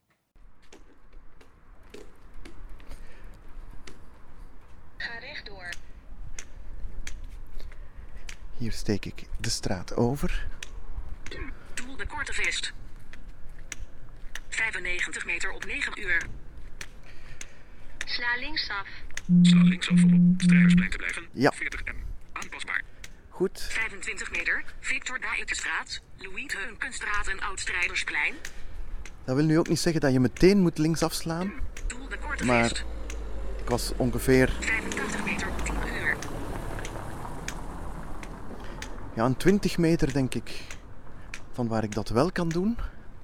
Ga rechtdoor. Hier steek ik de straat over. de Korte Vest. 95 meter op 9 uur. Sla linksaf. Sla linksaf om op Strijdersplein te blijven. Ja. 40M. Aanpasbaar. Goed. 25 meter, Victor Daekestraat, Louis Heunkenstraat en Oud-Strijdersplein. Dat wil nu ook niet zeggen dat je meteen moet links afslaan. Doel de Korte Maar- Vest. Ik was ongeveer 85 meter op 10 uur. een 20 meter, denk ik, van waar ik dat wel kan doen.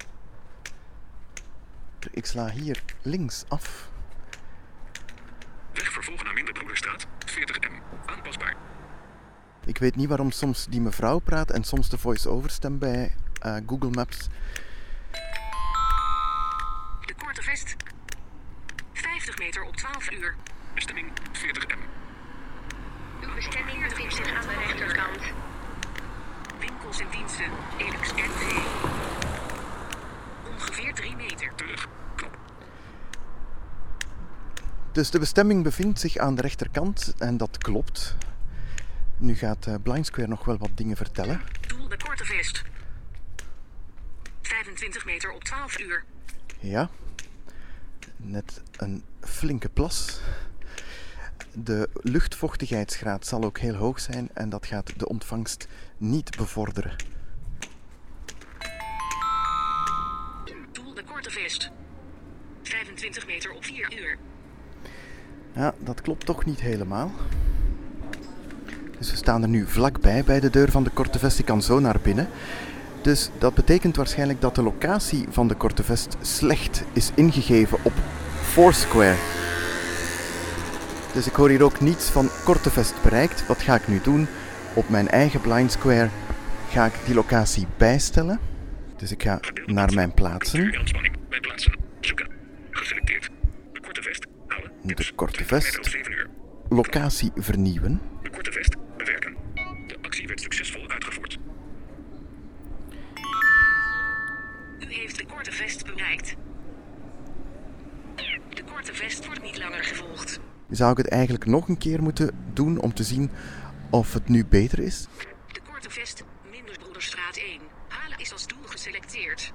Ik sla hier links af. Weg vervolgen naar Minderbroederstraat. 40M. Aanpasbaar. Ik weet niet waarom soms die mevrouw praat en soms de voice-over stem bij Google Maps. De Korte Vest. 50 meter op 12 uur. Bestemming 40M. Uw bestemming bevindt zich aan de rechterkant. Winkels en diensten, Elix NV. Ongeveer 3 meter. Terug. Knop. Dus de bestemming bevindt zich aan de rechterkant en dat klopt. Nu gaat Blind Square nog wel wat dingen vertellen. Doel de Korte Vest. 25 meter op 12 uur. Ja, net een flinke plas. De luchtvochtigheidsgraad zal ook heel hoog zijn en dat gaat de ontvangst niet bevorderen. Doel de Korte Vest. 25 meter op 4 uur. Ja, dat klopt toch niet helemaal. Dus we staan er nu vlakbij bij de deur van de Korte Vest. Ik kan zo naar binnen. Dus dat betekent waarschijnlijk dat de locatie van de Korte Vest slecht is ingegeven op Foursquare. Dus ik hoor hier ook niets van Korte Vest bereikt. Wat ga ik nu doen? Op mijn eigen Blind Square ga ik die locatie bijstellen. Dus ik ga naar mijn plaatsen. Aanspanning. Mijn plaatsen. Zoeken. Geselecteerd. De Korte Vest. Halen. De Korte 20 meter Vest. op 7 uur. Locatie vernieuwen. De Korte Vest. Bewerken. De actie werd succesvol uitgevoerd. U heeft de Korte Vest bereikt. De Korte Vest wordt niet langer gevolgd. Zou ik het eigenlijk nog een keer moeten doen om te zien of het nu beter is? De Korte Vest, Minderbroederstraat 1. Halen is als doel geselecteerd.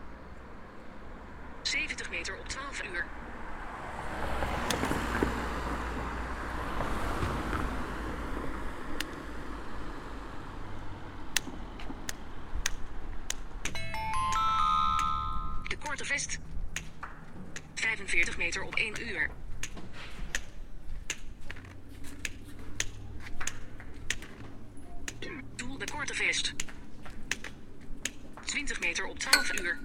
70 meter op 12 uur. De Korte Vest. 45 meter op 1 uur. Doel de Korte Vest. 20 meter op 12 uur.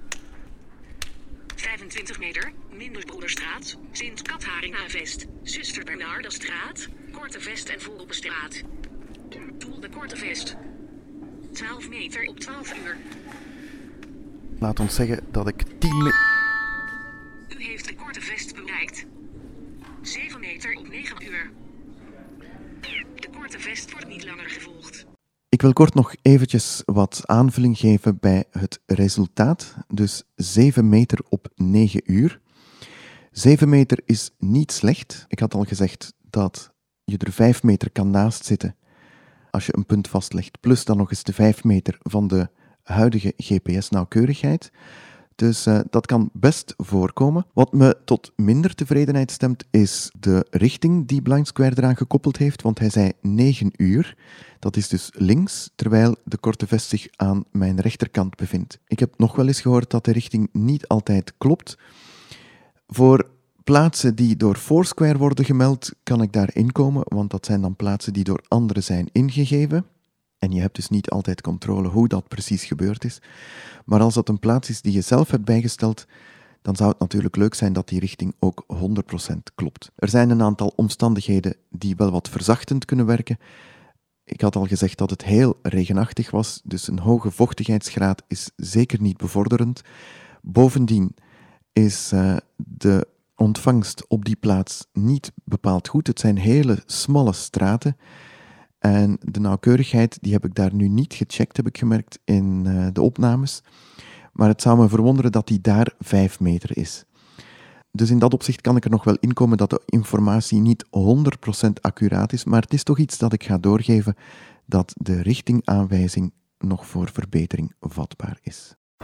25 meter, Minderbroederstraat, Sint-Catharinavest, Zuster Bernardastraat, Korte Vest en Volpenstraat. Doel de Korte Vest. 12 meter op 12 uur. Laat ons zeggen dat ik 10 U heeft de Korte Vest bereikt. 7 meter op 9 uur. De Korte Vest wordt niet langer gevolgd. Ik wil kort nog eventjes wat aanvulling geven bij het resultaat. Dus 7 meter op 9 uur. 7 meter is niet slecht. Ik had al gezegd dat je er 5 meter kan naast zitten als je een punt vastlegt. Plus dan nog eens de 5 meter van de huidige GPS-nauwkeurigheid. Dus dat kan best voorkomen. Wat me tot minder tevredenheid stemt, is de richting die Blind Square eraan gekoppeld heeft. Want hij zei 9 uur. Dat is dus links, terwijl de Korte Vest zich aan mijn rechterkant bevindt. Ik heb nog wel eens gehoord dat de richting niet altijd klopt. Voor plaatsen die door Foursquare worden gemeld, kan ik daar inkomen, want dat zijn dan plaatsen die door anderen zijn ingegeven. En je hebt dus niet altijd controle hoe dat precies gebeurd is. Maar als dat een plaats is die je zelf hebt bijgesteld, dan zou het natuurlijk leuk zijn dat die richting ook 100% klopt. Er zijn een aantal omstandigheden die wel wat verzachtend kunnen werken. Ik had al gezegd dat het heel regenachtig was, dus een hoge vochtigheidsgraad is zeker niet bevorderend. Bovendien is de ontvangst op die plaats niet bepaald goed. Het zijn hele smalle straten. En de nauwkeurigheid, die heb ik daar nu niet gecheckt, heb ik gemerkt in de opnames. Maar het zou me verwonderen dat die daar 5 meter is. Dus in dat opzicht kan ik er nog wel inkomen dat de informatie niet 100% accuraat is, maar het is toch iets dat ik ga doorgeven dat de richtingaanwijzing nog voor verbetering vatbaar is.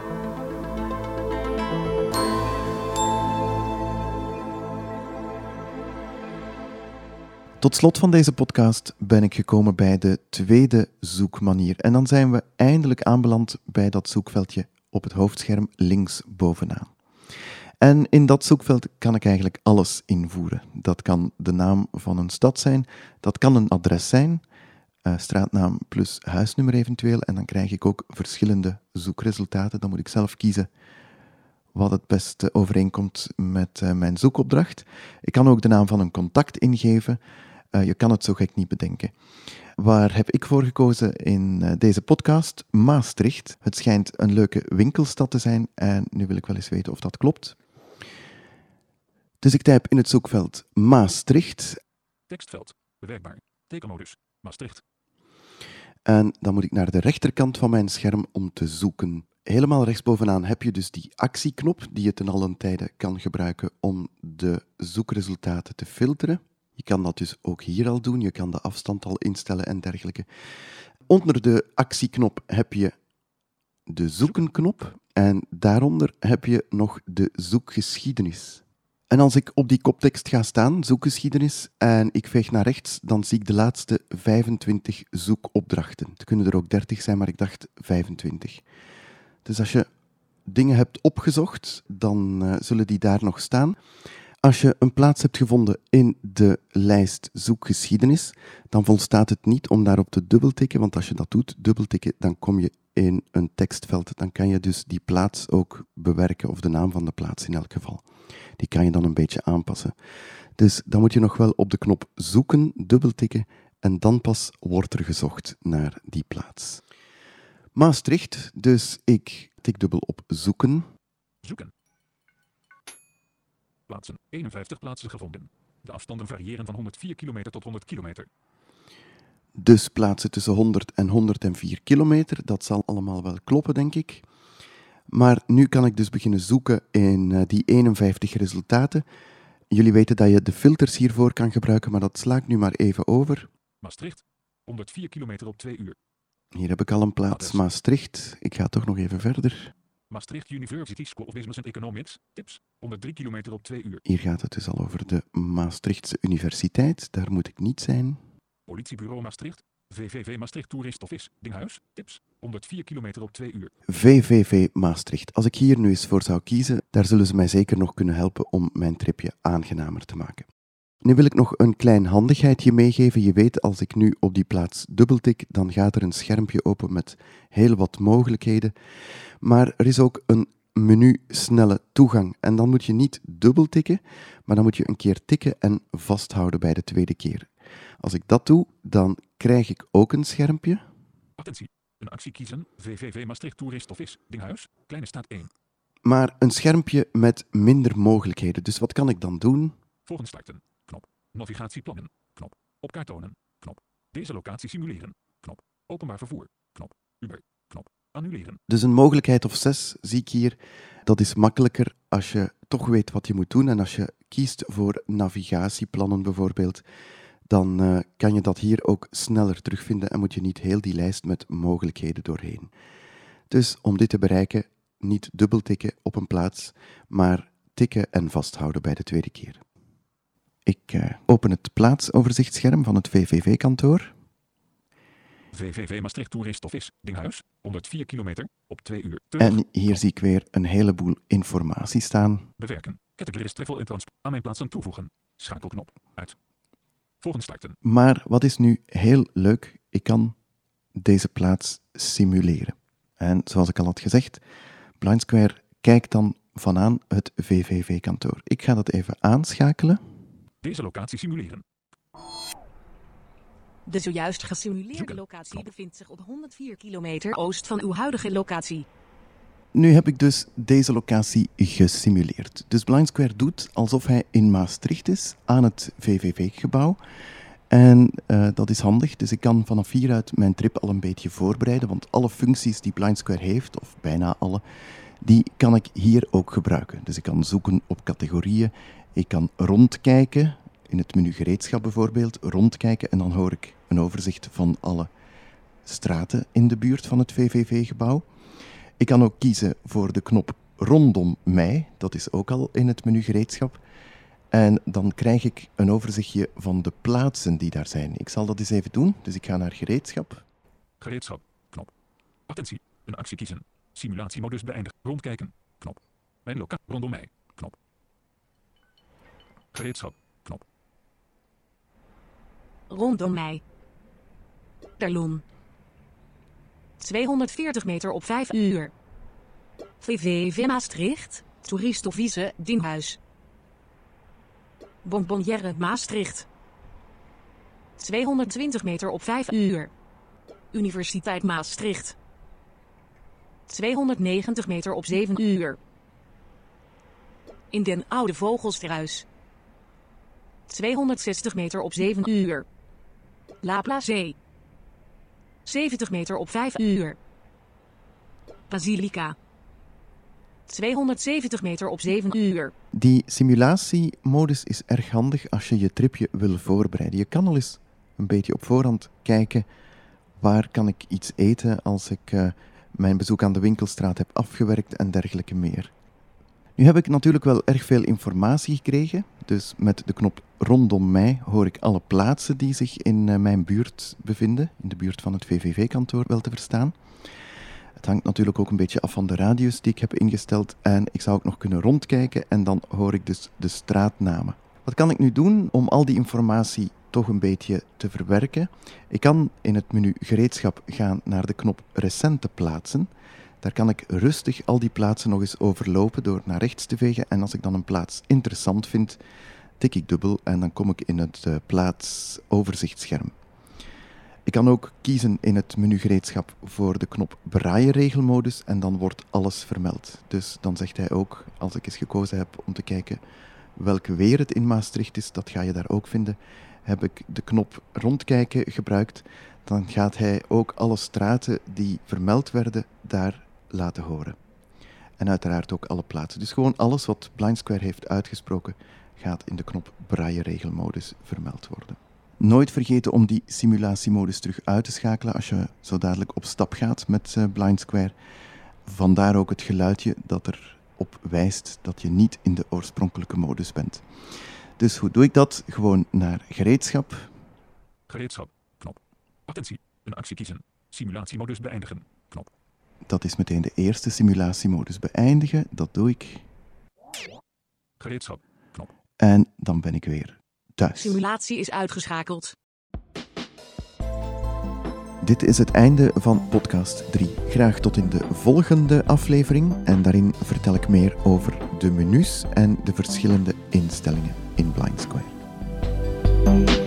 Tot slot van deze podcast ben ik gekomen bij de tweede zoekmanier. En dan zijn we eindelijk aanbeland bij dat zoekveldje op het hoofdscherm links bovenaan. En in dat zoekveld kan ik eigenlijk alles invoeren. Dat kan de naam van een stad zijn, dat kan een adres zijn, straatnaam plus huisnummer eventueel. En dan krijg ik ook verschillende zoekresultaten. Dan moet ik zelf kiezen wat het beste overeenkomt met mijn zoekopdracht. Ik kan ook de naam van een contact ingeven. Je kan het zo gek niet bedenken. Waar heb ik voor gekozen in deze podcast? Maastricht. Het schijnt een leuke winkelstad te zijn en nu wil ik wel eens weten of dat klopt. Dus ik typ in het zoekveld Maastricht. Tekstveld. Bewerkbaar. Tekenmodus. Maastricht. En dan moet ik naar de rechterkant van mijn scherm om te zoeken. Helemaal rechtsbovenaan heb je dus die actieknop die je ten allen tijde kan gebruiken om de zoekresultaten te filteren. Je kan dat dus ook hier al doen, je kan de afstand al instellen en dergelijke. Onder de actieknop heb je de zoekenknop en daaronder heb je nog de zoekgeschiedenis. En als ik op die koptekst ga staan, zoekgeschiedenis, en ik veeg naar rechts, dan zie ik de laatste 25 zoekopdrachten. Het kunnen er ook 30 zijn, maar ik dacht 25. Dus als je dingen hebt opgezocht, dan zullen die daar nog staan. Als je een plaats hebt gevonden in de lijst zoekgeschiedenis, dan volstaat het niet om daarop te dubbeltikken, want als je dat doet, dubbeltikken, dan kom je in een tekstveld. Dan kan je dus die plaats ook bewerken, of de naam van de plaats in elk geval. Die kan je dan een beetje aanpassen. Dus dan moet je nog wel op de knop zoeken, dubbeltikken, en dan pas wordt er gezocht naar die plaats. Maastricht, dus ik tik dubbel op zoeken. Zoeken. Plaatsen. 51 plaatsen gevonden. De afstanden variëren van 104 kilometer tot 100 kilometer. Dus plaatsen tussen 100 en 104 kilometer. Dat zal allemaal wel kloppen, denk ik. Maar nu kan ik dus beginnen zoeken in die 51 resultaten. Jullie weten dat je de filters hiervoor kan gebruiken, maar dat sla ik nu maar even over. Maastricht. 104 kilometer op 2 uur. Hier heb ik al een plaats, Adres. Maastricht. Ik ga toch nog even verder. Maastricht University School of Business and Economics. Tips. 103 kilometer op 2 uur. Hier gaat het dus al over de Maastrichtse Universiteit. Daar moet ik niet zijn. Politiebureau Maastricht. VVV Maastricht Toerist Office. Dinghuis. Tips. 104 kilometer op 2 uur. VVV Maastricht. Als ik hier nu eens voor zou kiezen, daar zullen ze mij zeker nog kunnen helpen om mijn tripje aangenamer te maken. Nu wil ik nog een klein handigheidje meegeven. Je weet, als ik nu op die plaats dubbeltik, dan gaat er een schermpje open met heel wat mogelijkheden. Maar er is ook een menu snelle toegang. En dan moet je niet dubbeltikken, maar dan moet je een keer tikken en vasthouden bij de tweede keer. Als ik dat doe, dan krijg ik ook een schermpje. Attentie. Een actie kiezen. VVV Maastricht Toerist Office. Dinghuis. Kleine staat 1. Maar een schermpje met minder mogelijkheden. Dus wat kan ik dan doen? Volgende starten. Knop. Navigatieplannen. Knop. Op kaart tonen. Knop. Deze locatie simuleren. Knop. Openbaar vervoer. Knop. Uber. Knop. Annuleren. Dus een mogelijkheid of 6 zie ik hier. Dat is makkelijker als je toch weet wat je moet doen. En als je kiest voor navigatieplannen bijvoorbeeld, dan kan je dat hier ook sneller terugvinden en moet je niet heel die lijst met mogelijkheden doorheen. Dus om dit te bereiken, niet dubbeltikken op een plaats, maar tikken en vasthouden bij de tweede keer. Ik open het plaatsoverzichtscherm van het VVV-kantoor. VVV Maastricht Toerist Office. Dinghuis. 104 kilometer op 2 uur. En hier zie ik weer een heleboel informatie staan. Bewerken. Categories travel en transport. Aan mijn plaatsen toevoegen. Schakelknop. Uit. Volgende starten. Maar wat is nu heel leuk? Ik kan deze plaats simuleren. En zoals ik al had gezegd, Blind Square kijkt dan vanaan het VVV-kantoor. Ik ga dat even aanschakelen. Deze locatie simuleren. De zojuist gesimuleerde Zoeken. locatie Knop. bevindt zich op 104 kilometer oost van uw huidige locatie. Nu heb ik dus deze locatie gesimuleerd. Dus Blind Square doet alsof hij in Maastricht is, aan het VVV-gebouw. En dat is handig, dus ik kan vanaf hieruit mijn trip al een beetje voorbereiden, want alle functies die Blind Square heeft, of bijna alle, die kan ik hier ook gebruiken. Dus ik kan zoeken op categorieën, ik kan rondkijken, in het menu gereedschap bijvoorbeeld, rondkijken en dan hoor ik een overzicht van alle straten in de buurt van het VVV-gebouw. Ik kan ook kiezen voor de knop rondom mij, dat is ook al in het menu gereedschap. En dan krijg ik een overzichtje van de plaatsen die daar zijn. Ik zal dat eens even doen. Dus ik ga naar gereedschap. Gereedschap. Knop. Attentie. Een actie kiezen. Simulatiemodus beëindigen. Rondkijken. Knop. Mijn locatie. Rondom mij. Knop. Gereedschap. Knop. Rondom mij. Terloon. 240 meter op 5 uur. VVV Maastricht. Toeristenvieze Dinghuis. Bonbonnière Maastricht. 220 meter op 5 uur. Universiteit Maastricht. 290 meter op 7 uur. In den Oude Vogelstruis. 260 meter op 7 uur. La Place. 70 meter op 5 uur. Basilica. 270 meter op 7 uur. Die simulatiemodus is erg handig als je je tripje wil voorbereiden. Je kan al eens een beetje op voorhand kijken waar kan ik iets eten als ik mijn bezoek aan de winkelstraat heb afgewerkt en dergelijke meer. Nu heb ik natuurlijk wel erg veel informatie gekregen, dus met de knop rondom mij hoor ik alle plaatsen die zich in mijn buurt bevinden, in de buurt van het VVV-kantoor wel te verstaan. Het hangt natuurlijk ook een beetje af van de radius die ik heb ingesteld en ik zou ook nog kunnen rondkijken en dan hoor ik dus de straatnamen. Wat kan ik nu doen om al die informatie toch een beetje te verwerken? Ik kan in het menu gereedschap gaan naar de knop recente plaatsen. Daar kan ik rustig al die plaatsen nog eens overlopen door naar rechts te vegen en als ik dan een plaats interessant vind, tik ik dubbel en dan kom ik in het plaatsoverzichtscherm. Ik kan ook kiezen in het menu gereedschap voor de knop braille-regelmodus en dan wordt alles vermeld. Dus dan zegt hij ook, als ik eens gekozen heb om te kijken welk weer het in Maastricht is, dat ga je daar ook vinden, heb ik de knop rondkijken gebruikt, dan gaat hij ook alle straten die vermeld werden daar laten horen. En uiteraard ook alle plaatsen. Dus gewoon alles wat Blind Square heeft uitgesproken gaat in de knop braille-regelmodus vermeld worden. Nooit vergeten om die simulatiemodus terug uit te schakelen als je zo dadelijk op stap gaat met Blind Square. Vandaar ook het geluidje dat erop wijst dat je niet in de oorspronkelijke modus bent. Dus hoe doe ik dat? Gewoon naar gereedschap. Gereedschap. Knop. Attentie. Een actie kiezen. Simulatiemodus beëindigen. Knop. Dat is meteen de eerste simulatiemodus beëindigen. Dat doe ik. Gereedschap. Knop. En dan ben ik weer thuis. Simulatie is uitgeschakeld. Dit is het einde van podcast 3. Graag tot in de volgende aflevering. En daarin vertel ik meer over de menus en de verschillende instellingen in Blind Square.